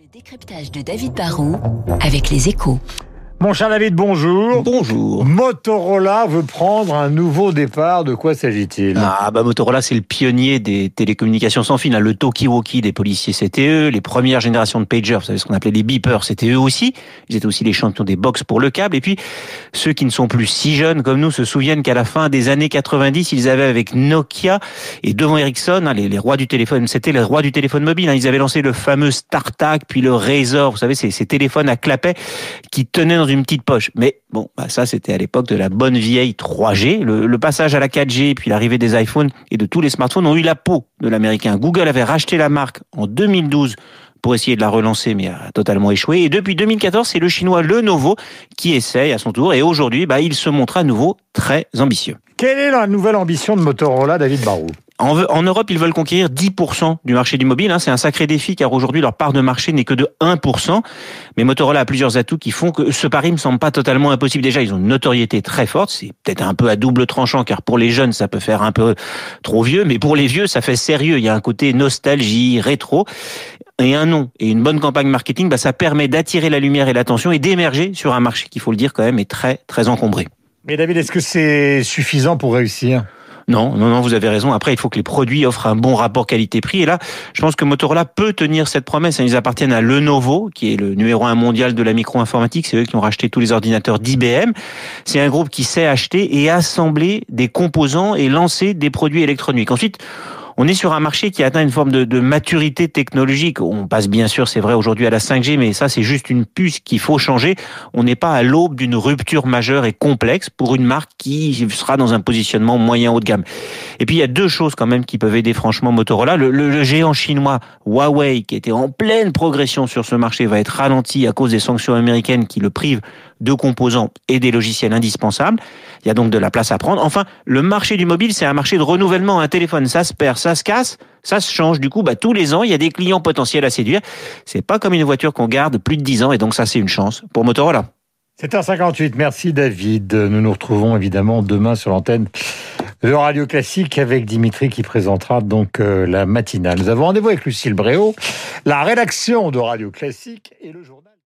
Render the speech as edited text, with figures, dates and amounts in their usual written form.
Le décryptage de David Barrault avec Les Échos. Mon cher David, bonjour. Bonjour. Motorola veut prendre un nouveau départ. De quoi s'agit-il ? Motorola, c'est le pionnier des télécommunications sans fil. Le talkie-walkie des policiers, c'était eux. Les premières générations de pagers, vous savez ce qu'on appelait les beepers, c'était eux aussi. Ils étaient aussi les champions des box pour le câble. Et puis, ceux qui ne sont plus si jeunes comme nous se souviennent qu'à la fin des années 90, ils avaient avec Nokia et devant Ericsson, les rois du téléphone, c'était les rois du téléphone mobile. Ils avaient lancé le fameux StarTAC, puis le Razr. Vous savez, ces téléphones à clapet qui tenaient dans une petite poche. Mais bon, ça c'était à l'époque de la bonne vieille 3G. Le passage à la 4G, puis l'arrivée des iPhones et de tous les smartphones ont eu la peau de l'américain. Google avait racheté la marque en 2012 pour essayer de la relancer, mais a totalement échoué. Et depuis 2014, c'est le chinois Lenovo qui essaye à son tour. Et aujourd'hui, il se montre à nouveau très ambitieux. Quelle est la nouvelle ambition de Motorola, David Barrault ? En Europe, ils veulent conquérir 10% du marché du mobile. C'est un sacré défi car aujourd'hui, leur part de marché n'est que de 1%. Mais Motorola a plusieurs atouts qui font que ce pari me semble pas totalement impossible. Déjà, ils ont une notoriété très forte. C'est peut-être un peu à double tranchant car pour les jeunes, ça peut faire un peu trop vieux. Mais pour les vieux, ça fait sérieux. Il y a un côté nostalgie, rétro. Et un nom et une bonne campagne marketing, ça permet d'attirer la lumière et l'attention et d'émerger sur un marché qui, faut le dire quand même, est très, très encombré. Mais David, est-ce que c'est suffisant pour réussir ? Non, vous avez raison. Après, il faut que les produits offrent un bon rapport qualité-prix. Et là, je pense que Motorola peut tenir cette promesse. Ils appartiennent à Lenovo, qui est le numéro 1 mondial de la micro-informatique. C'est eux qui ont racheté tous les ordinateurs d'IBM. C'est un groupe qui sait acheter et assembler des composants et lancer des produits électroniques. Ensuite, on est sur un marché qui atteint une forme de maturité technologique. On passe bien sûr, c'est vrai, aujourd'hui à la 5G, mais ça, c'est juste une puce qu'il faut changer. On n'est pas à l'aube d'une rupture majeure et complexe pour une marque qui sera dans un positionnement moyen haut de gamme. Et puis, il y a deux choses quand même qui peuvent aider franchement Motorola. Le géant chinois Huawei, qui était en pleine progression sur ce marché, va être ralenti à cause des sanctions américaines qui le privent de composants et des logiciels indispensables. Il y a donc de la place à prendre. Enfin, le marché du mobile, c'est un marché de renouvellement. Un téléphone, ça se perd, ça se casse, ça se change. Du coup, tous les ans, il y a des clients potentiels à séduire. C'est pas comme une voiture qu'on garde plus de 10 ans et donc ça, c'est une chance pour Motorola. 7h58, merci David. Nous nous retrouvons évidemment demain sur l'antenne de Radio Classique avec Dimitri qui présentera donc la matinale. Nous avons rendez-vous avec Lucille Bréau, la rédaction de Radio Classique et le journal.